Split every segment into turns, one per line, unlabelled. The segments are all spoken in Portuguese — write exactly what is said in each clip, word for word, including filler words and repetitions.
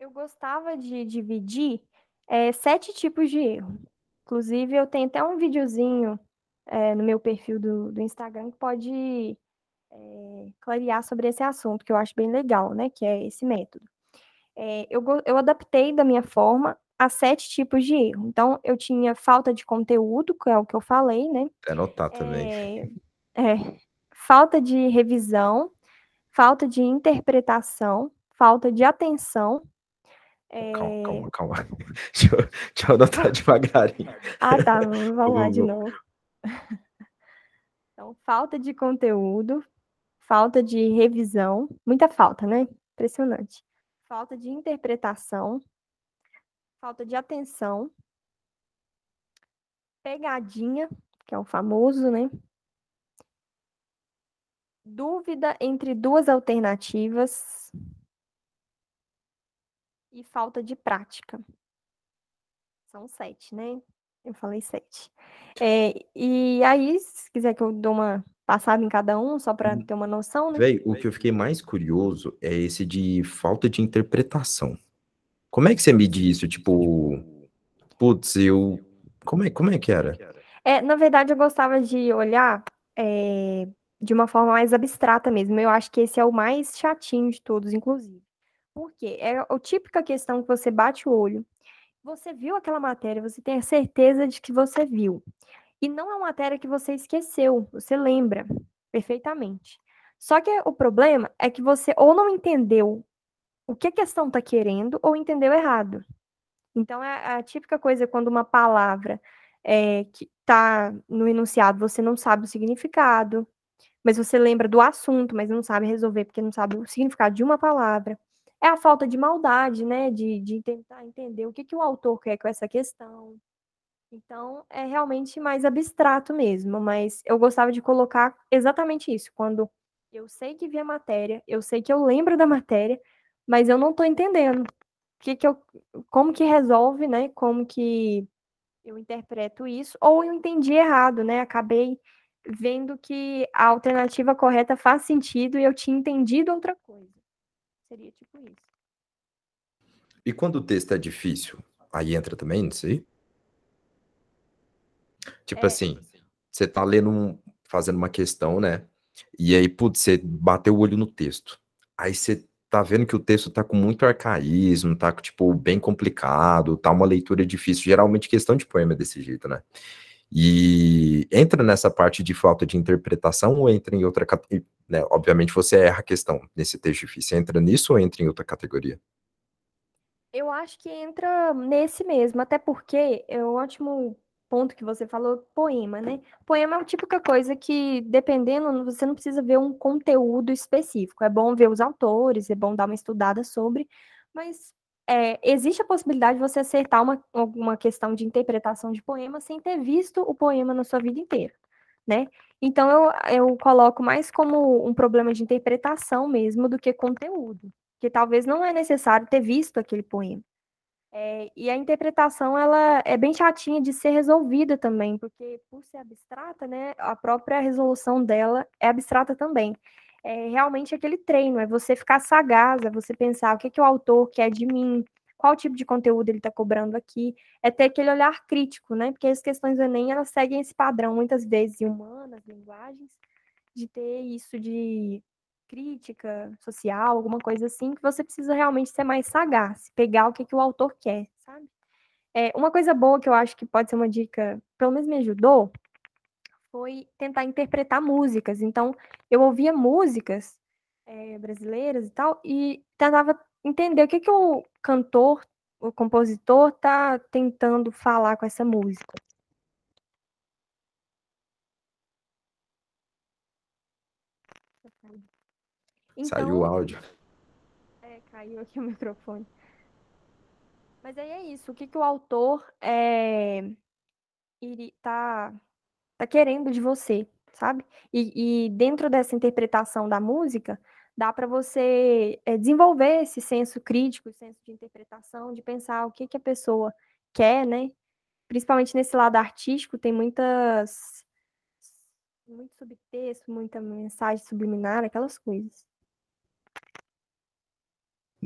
eu gostava de dividir é, sete tipos de erro. Inclusive, eu tenho até um videozinho é, no meu perfil do, do Instagram que pode é, clarear sobre esse assunto, que eu acho bem legal, né? Que é esse método. É, eu, go- eu adaptei da minha forma a sete tipos de erro. Então, eu tinha falta de conteúdo, que é o que eu falei, né?
Até anotar também.
É, é, falta de revisão, falta de interpretação, falta de atenção.
Calma,
é,
calma, calma. Deixa eu, deixa eu anotar devagarinho.
Ah, tá, vamos lá
Vamos,
de
vamos.
novo. Então, falta de conteúdo, falta de revisão, muita falta, né? Impressionante. Falta de interpretação, falta de atenção, pegadinha, que é o famoso, né? Dúvida entre duas alternativas e falta de prática. São sete, né? Eu falei sete. É, e aí, se quiser que eu dou uma passada em cada um, só para ter uma noção, né?
Véi, o que eu fiquei mais curioso é esse de falta de interpretação. Como é que você mede isso? Tipo, putz, eu. Como é, como é que era?
É, na verdade, eu gostava de olhar é, de uma forma mais abstrata mesmo. Eu acho que esse é o mais chatinho de todos, inclusive. Por quê? É a típica questão que você bate o olho. Você viu aquela matéria, você tem a certeza de que você viu. E não é uma matéria que você esqueceu, você lembra perfeitamente. Só que o problema é que você ou não entendeu o que a questão está querendo, ou entendeu errado. Então, é a típica coisa quando uma palavra é, que está no enunciado, você não sabe o significado, mas você lembra do assunto, mas não sabe resolver porque não sabe o significado de uma palavra. É a falta de maldade, né? De, de tentar entender o que, que o autor quer com essa questão. Então, é realmente mais abstrato mesmo, mas eu gostava de colocar exatamente isso. Quando eu sei que vi a matéria, eu sei que eu lembro da matéria, mas eu não estou entendendo. O que que eu, como que resolve, né? Como que eu interpreto isso? Ou eu entendi errado, né? Acabei vendo que a alternativa correta faz sentido e eu tinha entendido outra coisa. Seria tipo isso.
E quando o texto é difícil, aí entra também nisso aí? Tipo
É,
assim, você tá lendo, um, fazendo uma questão, né? E aí, putz, você bateu o olho no texto. Aí você tá vendo que o texto tá com muito arcaísmo, tá, tipo, bem complicado, tá uma leitura difícil. Geralmente questão de poema é desse jeito, né? E entra nessa parte de falta de interpretação ou entra em outra categoria? Né? Obviamente você erra a questão nesse texto difícil. Entra nisso ou entra em outra categoria?
eu acho que entra nesse mesmo, até porque é um ótimo ponto que você falou, poema, né? Poema é uma típica coisa que, dependendo, você não precisa ver um conteúdo específico. É bom ver os autores, é bom dar uma estudada sobre, mas é, existe a possibilidade de você acertar uma, alguma questão de interpretação de poema sem ter visto o poema na sua vida inteira, né? Então eu, eu coloco mais como um problema de interpretação mesmo do que conteúdo, que talvez não é necessário ter visto aquele poema. É, e a interpretação, ela é bem chatinha de ser resolvida também, porque por ser abstrata, né, a própria resolução dela é abstrata também. É realmente aquele treino, é você ficar sagaz, é você pensar o que, que o autor quer de mim, qual tipo de conteúdo ele está cobrando aqui, é ter aquele olhar crítico, né, porque as questões do Enem, elas seguem esse padrão, muitas vezes, em humanas, linguagens, de ter isso de crítica social, alguma coisa assim, que você precisa realmente ser mais sagaz, pegar o que, que o autor quer, sabe? É, uma coisa boa que eu acho que pode ser uma dica, pelo menos me ajudou, foi tentar interpretar músicas. Então, eu ouvia músicas é, brasileiras e tal, e tentava entender o que, que o cantor, o compositor, tá tentando falar com essa música.
Saiu o
Então,
áudio.
é, caiu aqui o microfone. Mas aí é isso, o que, que o autor é, iri- tá, tá querendo de você, sabe? E, e dentro dessa interpretação da música, dá para você é, desenvolver esse senso crítico, esse senso de interpretação, de pensar o que, que a pessoa quer, né? Principalmente nesse lado artístico, tem muitas, muito subtexto, muita mensagem subliminar, aquelas coisas.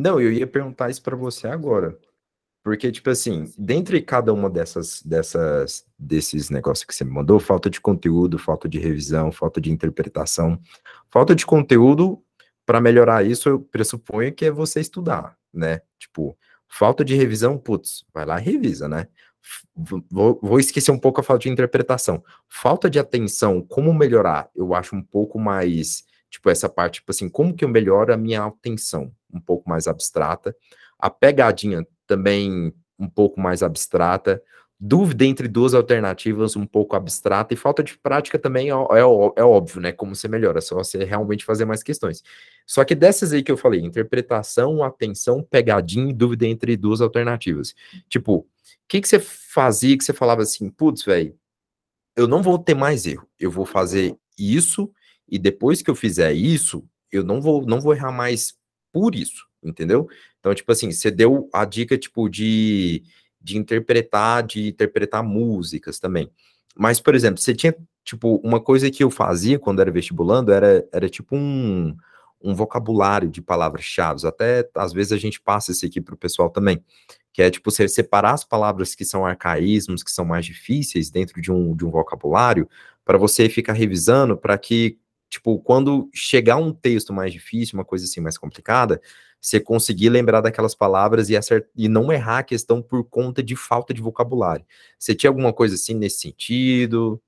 Não, eu ia perguntar isso para você agora. Porque, tipo assim, dentre cada uma dessas, dessas, desses negócios que você me mandou, falta de conteúdo, falta de revisão, falta de interpretação, falta de conteúdo, para melhorar isso, eu pressuponho que é você estudar, né? Tipo, falta de revisão, putz, vai lá e revisa, né? V- Vou, vou esquecer um pouco a falta de interpretação. Falta de atenção, como melhorar? Eu acho um pouco mais, tipo, essa parte, tipo assim, como que eu melhoro a minha atenção? Um pouco mais abstrata. A pegadinha também um pouco mais abstrata, dúvida entre duas alternativas um pouco abstrata, e falta de prática também é, é, é óbvio, né? Como você melhora, é só você realmente fazer mais questões. Só que dessas aí que eu falei, interpretação, atenção, pegadinha e dúvida entre duas alternativas. Tipo, o que que você fazia que você falava assim, putz, velho, eu não vou ter mais erro. Eu vou fazer isso e depois que eu fizer isso, eu não vou não vou errar mais por isso, entendeu? Então, tipo assim, você deu a dica tipo de de interpretar, de interpretar músicas também. Mas, por exemplo, você tinha tipo uma coisa que eu fazia quando era vestibulando era era tipo um um vocabulário de palavras-chave. Até às vezes a gente passa isso aqui para o pessoal também, que é tipo você separar as palavras que são arcaísmos, que são mais difíceis dentro de um, de um vocabulário, para você ficar revisando, para que, tipo, quando chegar um texto mais difícil, uma coisa assim mais complicada, você conseguir lembrar daquelas palavras e, acert... e não errar a questão por conta de falta de vocabulário. Você tinha alguma coisa assim nesse sentido?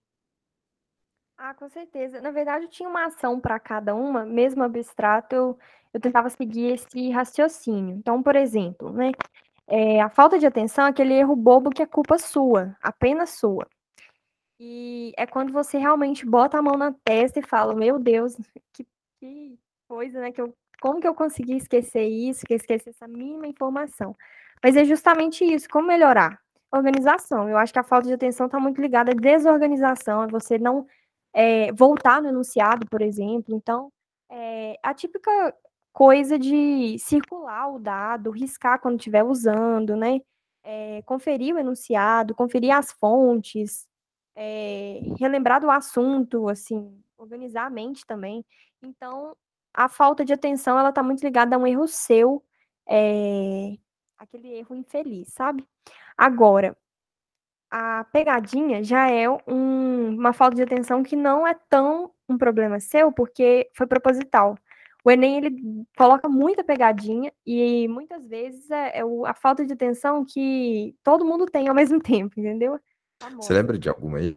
Ah, com certeza. Na verdade, eu tinha uma ação para cada uma, mesmo abstrato, eu, eu tentava seguir esse raciocínio. Então, por exemplo, né, é, a falta de atenção é aquele erro bobo que é culpa sua, apenas sua. E é quando você realmente bota a mão na testa e fala, meu Deus, que, que coisa, né? Que eu, como que eu consegui esquecer isso, que eu esqueci essa mínima informação? Mas é justamente isso, como melhorar? Organização. Eu acho que a falta de atenção está muito ligada à desorganização, é você não é, voltar no enunciado, por exemplo. Então, é, a típica coisa de circular o dado, riscar quando estiver usando, né? É, conferir o enunciado, conferir as fontes, é, relembrar do assunto, assim, organizar a mente também. Então, a falta de atenção, ela tá muito ligada a um erro seu, é, aquele erro infeliz, sabe? Agora, a pegadinha já é um- uma falta de atenção que não é tão um problema seu, porque foi proposital. O Enem, ele coloca muita pegadinha e muitas vezes é, é o- a falta de atenção que todo mundo tem ao mesmo tempo, entendeu?
Você
Famosa.
lembra de alguma aí?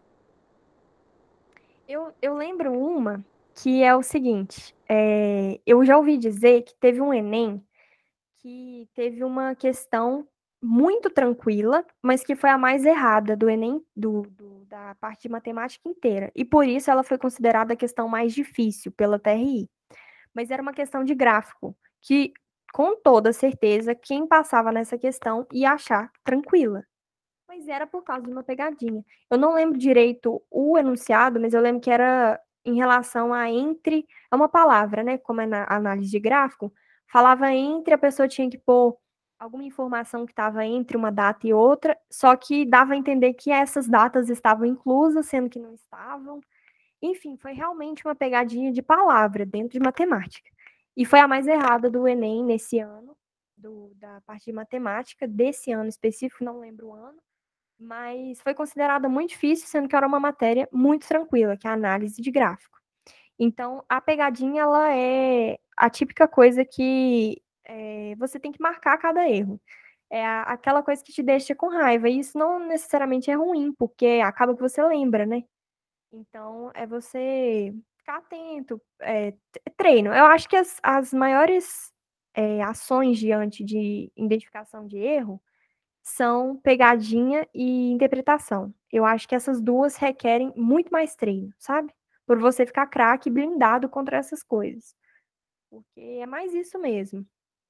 Eu, eu lembro uma que é o seguinte, é, eu já ouvi dizer que teve um Enem que teve uma questão muito tranquila, mas que foi a mais errada do Enem, do, do- da parte de matemática inteira. E por isso ela foi considerada a questão mais difícil pela T R I. Mas era uma questão de gráfico, que com toda certeza quem passava nessa questão ia achar tranquila. Mas era por causa de uma pegadinha. Eu não lembro direito o enunciado, mas eu lembro que era em relação a entre. É uma palavra, né? Como é na análise de gráfico, falava entre, a pessoa tinha que pôr alguma informação que estava entre uma data e outra, só que dava a entender que essas datas estavam inclusas, sendo que não estavam. Enfim, foi realmente uma pegadinha de palavra dentro de matemática. E foi a mais errada do Enem nesse ano, do, da parte de matemática, desse ano específico, não lembro o ano, mas foi considerada muito difícil, sendo que era uma matéria muito tranquila, que é a análise de gráfico. Então, a pegadinha, ela é a típica coisa que é, você tem que marcar cada erro. É a- aquela coisa que te deixa com raiva. E isso não necessariamente é ruim, porque acaba que você lembra, né? Então, é você ficar atento, é, t- treino. Eu acho que as, as maiores é, ações diante de identificação de erro são pegadinha e interpretação. Eu acho que essas duas requerem muito mais treino, sabe? Por você ficar craque, blindado contra essas coisas. Porque é mais isso mesmo.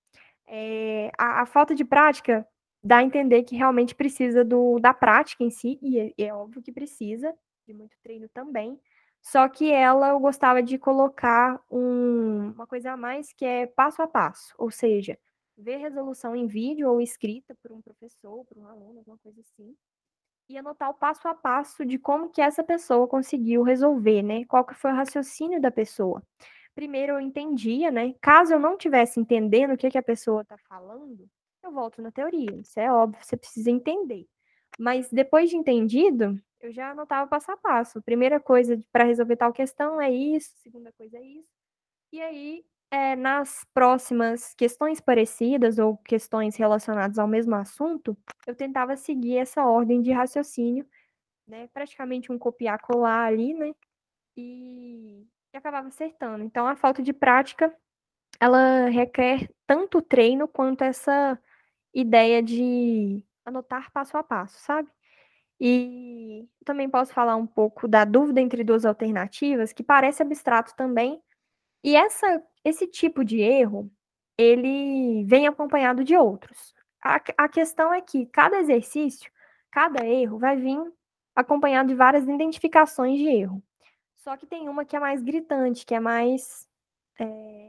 É, a, a falta de prática dá a entender que realmente precisa do, da prática em si, e é, é óbvio que precisa, de muito treino também. Só que ela eu gostava de colocar um- uma coisa a mais que é passo a passo, ou seja, ver resolução em vídeo ou escrita por um professor, por um aluno, alguma coisa assim, e anotar o passo a passo de como que essa pessoa conseguiu resolver, né? Qual que foi o raciocínio da pessoa. primeiro eu entendia, né? Caso eu não tivesse entendendo o que, que a pessoa está falando, eu volto na teoria. Isso é óbvio, você precisa entender. Mas depois de entendido, eu já anotava passo a passo. Primeira coisa para resolver tal questão é isso, segunda coisa é isso. E aí, é, nas próximas questões parecidas ou questões relacionadas ao mesmo assunto, eu tentava seguir essa ordem de raciocínio, né? Praticamente um copiar-colar ali, né? E, e acabava acertando. Então, a falta de prática, ela requer tanto treino quanto essa ideia de anotar passo a passo, sabe? E também posso falar um pouco da dúvida entre duas alternativas, que parece abstrato também. E essa, esse tipo de erro, ele vem acompanhado de outros. A, a questão é que cada exercício, cada erro vai vir acompanhado de várias identificações de erro. Só que tem uma que é mais gritante, que é mais, é,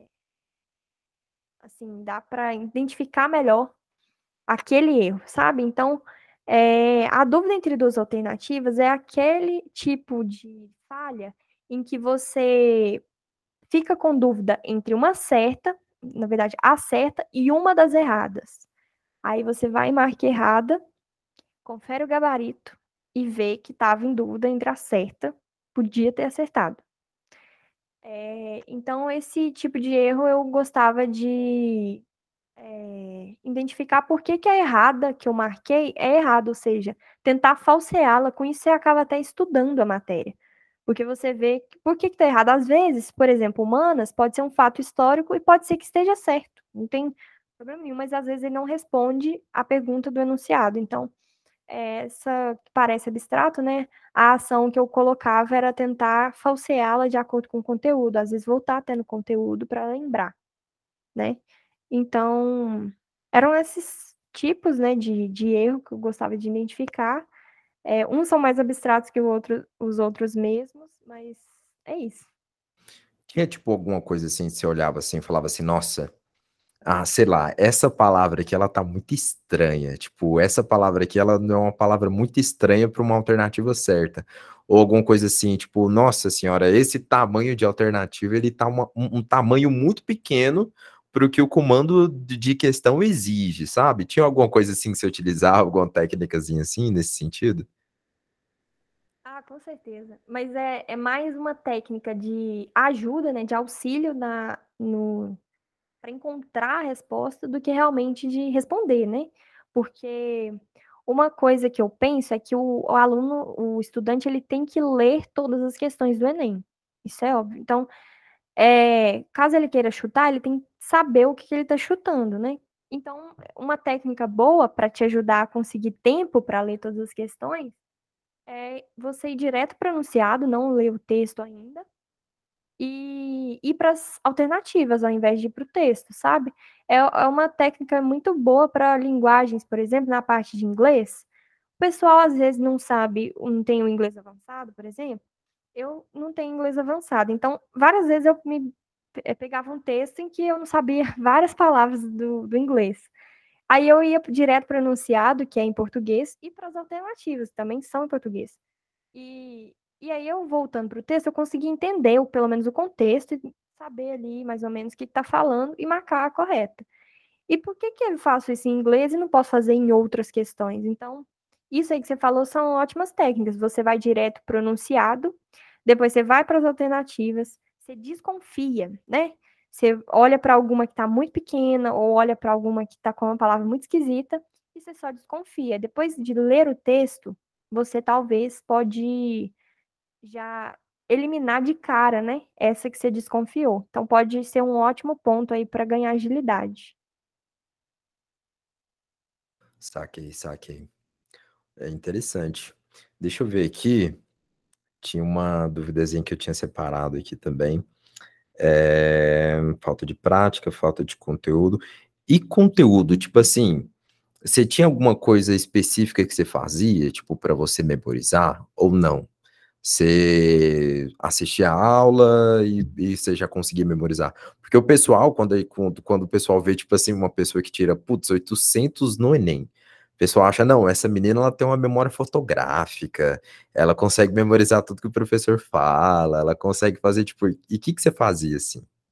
assim, dá para identificar melhor aquele erro, sabe? Então, é, a dúvida entre duas alternativas é aquele tipo de falha em que você fica com dúvida entre uma certa, na verdade, a certa e uma das erradas. Aí você vai e marca errada, confere o gabarito e vê que estava em dúvida entre a certa, podia ter acertado. É, então, esse tipo de erro eu gostava de é, identificar por que, que a errada que eu marquei é errada, ou seja, tentar falseá-la, com isso você acaba até estudando a matéria. Porque você vê que- por que está errado. Às vezes, por exemplo, humanas pode ser um fato histórico e pode ser que esteja certo, não tem problema nenhum, mas às vezes ele não responde à pergunta do enunciado. Então, essa que parece abstrato, né? A ação que eu colocava era tentar falseá-la de acordo com o conteúdo, às vezes voltar até no conteúdo para lembrar, né? Então, eram esses tipos, né, de, de erro que eu gostava de identificar. É, uns são mais abstratos que o outro, os outros mesmos, mas é isso.
Tinha, tipo, alguma coisa assim, você olhava assim e falava assim, nossa, ah, sei lá, essa palavra aqui ela tá muito estranha, tipo, essa palavra aqui ela não é uma palavra muito estranha para uma alternativa certa. Ou alguma coisa assim, tipo, nossa senhora, esse tamanho de alternativa, ele tá uma- um, um tamanho muito pequeno para o que o comando de, de questão exige, sabe? Tinha alguma coisa assim que você utilizava, alguma técnicazinha assim, nesse sentido?
Ah, com certeza. Mas é, é mais uma técnica de ajuda, né, de auxílio na, no, para encontrar a resposta do que realmente de responder, né? Porque uma coisa que eu penso é que o, o aluno, o estudante, ele tem que ler todas as questões do Enem. Isso é óbvio. Então, é, caso ele queira chutar, ele tem que saber o que, que ele está chutando, né? Então, uma técnica boa para te ajudar a conseguir tempo para ler todas as questões é você ir direto para o enunciado, não ler o texto ainda, e ir para as alternativas ao invés de ir para o texto, sabe? É, é uma técnica muito boa para linguagens, por exemplo, na parte de inglês. O pessoal às vezes não sabe, não tem o inglês avançado, por exemplo. Eu não tenho inglês avançado, então várias vezes eu me eu pegava um texto em que eu não sabia várias palavras do, do inglês. Aí eu ia direto para o enunciado, que é em português, e para as alternativas, também são em português. E, e aí eu, voltando para o texto, eu consegui entender, ou pelo menos o contexto, e saber ali mais ou menos o que está falando e marcar a correta. E por que que eu faço isso em inglês e não posso fazer em outras questões? Então, isso aí que você falou são ótimas técnicas. Você vai direto para o enunciado, depois você vai para as alternativas, você desconfia, né? Você olha para alguma que está muito pequena ou olha para alguma que está com uma palavra muito esquisita e você só desconfia. Depois de ler o texto, você talvez pode já eliminar de cara, né? Essa que você desconfiou. Então pode ser um ótimo ponto aí para ganhar agilidade.
Saquei, saquei. É interessante. Deixa eu ver aqui. Tinha uma duvidazinha que eu tinha separado aqui também. É, falta de prática, falta de conteúdo. E conteúdo, tipo assim, você tinha alguma coisa específica que você fazia, tipo, para você memorizar ou não? Você assistia a aula e, e você já conseguia memorizar? Porque o pessoal, quando, quando, quando o pessoal vê, tipo assim, uma pessoa que tira, putz, oitocentos no Enem, o pessoal acha, não, essa menina, ela tem uma memória fotográfica, ela consegue memorizar tudo que o professor fala, ela consegue fazer, tipo, e o que que você fazia, assim?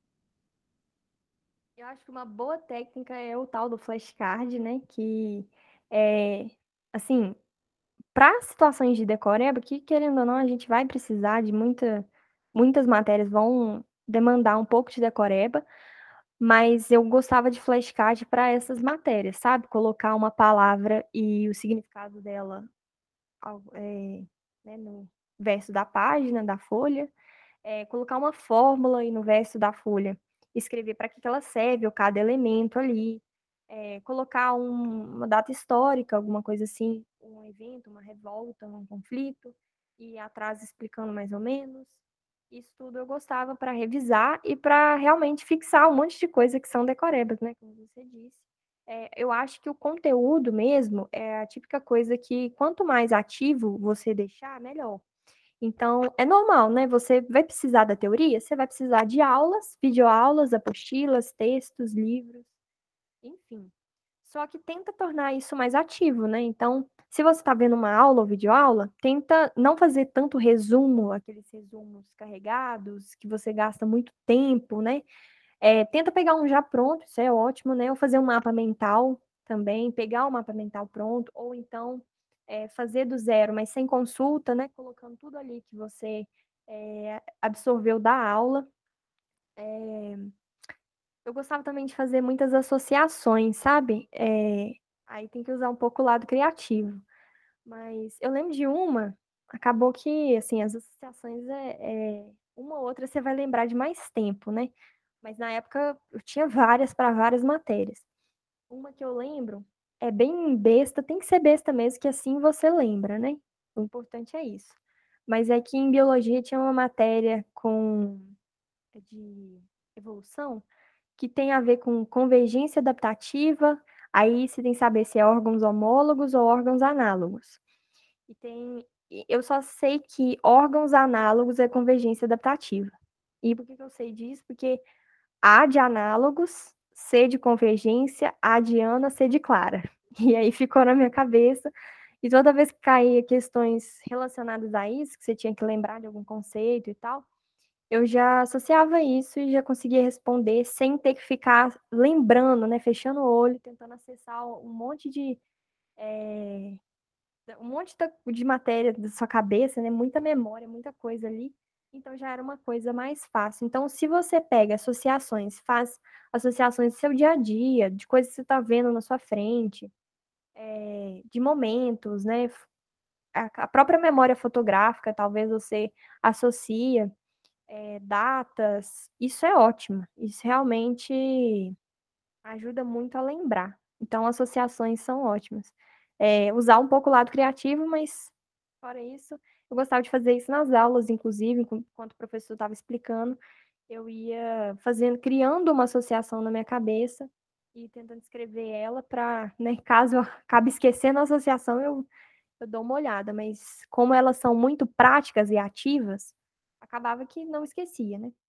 acho que uma boa técnica é o tal do flashcard, né? Que é, assim, para situações de decoreba, que querendo ou não, a gente vai precisar de muita, muitas matérias vão demandar um pouco de decoreba, mas eu gostava de flashcard para essas matérias, sabe? Colocar uma palavra e o significado dela ao- é, né, no verso da página, da folha, é, colocar uma fórmula aí no verso da folha, escrever para que que ela serve, ou cada elemento ali, é, colocar um- uma data histórica, alguma coisa assim, um evento, uma revolta, um conflito, e atrás explicando mais ou menos. Isso tudo eu gostava para revisar e para realmente fixar um monte de coisa que são decorebas, né, como você disse. É, eu acho que o conteúdo mesmo é a típica coisa que quanto mais ativo você deixar, melhor. Então, é normal, né? Você vai precisar da teoria, você vai precisar de aulas, videoaulas, apostilas, textos, livros, enfim. Só que tenta tornar isso mais ativo, né? Então, se você está vendo uma aula ou videoaula, tenta não fazer tanto resumo, aqueles resumos carregados, que você gasta muito tempo, né? É, tenta pegar um já pronto, isso é ótimo, né? Ou fazer um mapa mental também, pegar o mapa mental pronto, ou então é, fazer do zero, mas sem consulta, né? Colocando tudo ali que você é, absorveu da aula. É, eu gostava também de fazer muitas associações, sabe? É, aí tem que usar um pouco o lado criativo. Mas eu lembro de uma, acabou que, assim, as associações é, é uma ou outra você vai lembrar de mais tempo, né? Mas na época eu tinha várias para várias matérias. Uma que eu lembro é bem besta, tem que ser besta mesmo, que assim você lembra, né? O importante é isso. Mas é que em biologia tinha uma matéria com de evolução que tem a ver com convergência adaptativa. Aí você tem que saber se é órgãos homólogos ou órgãos análogos. E tem, eu só sei que órgãos análogos é convergência adaptativa. E por que que eu sei disso? Porque A de análogos, C de convergência, A de Ana, C de Clara. E aí ficou na minha cabeça. E toda vez que caía questões relacionadas a isso, que você tinha que lembrar de algum conceito e tal, eu já associava isso e já conseguia responder sem ter que ficar lembrando, né? Fechando o olho, tentando acessar um monte de é, um monte de matéria da sua cabeça, né? Muita memória, muita coisa ali. Então já era uma coisa mais fácil. Então, se você pega associações, faz associações do seu dia a dia, de coisas que você está vendo na sua frente, é, de momentos, né? A, a própria memória fotográfica, talvez você associa é, datas, isso é ótimo. Isso realmente ajuda muito a lembrar. Então, associações são ótimas. É, usar um pouco o lado criativo, mas fora isso, eu gostava de fazer isso nas aulas, inclusive, enquanto o professor estava explicando, eu ia fazendo, criando uma associação na minha cabeça e tentando escrever ela para, né, caso eu acabe esquecendo a associação, eu, eu dou uma olhada, mas como elas são muito práticas e ativas, acabava que não esquecia, né?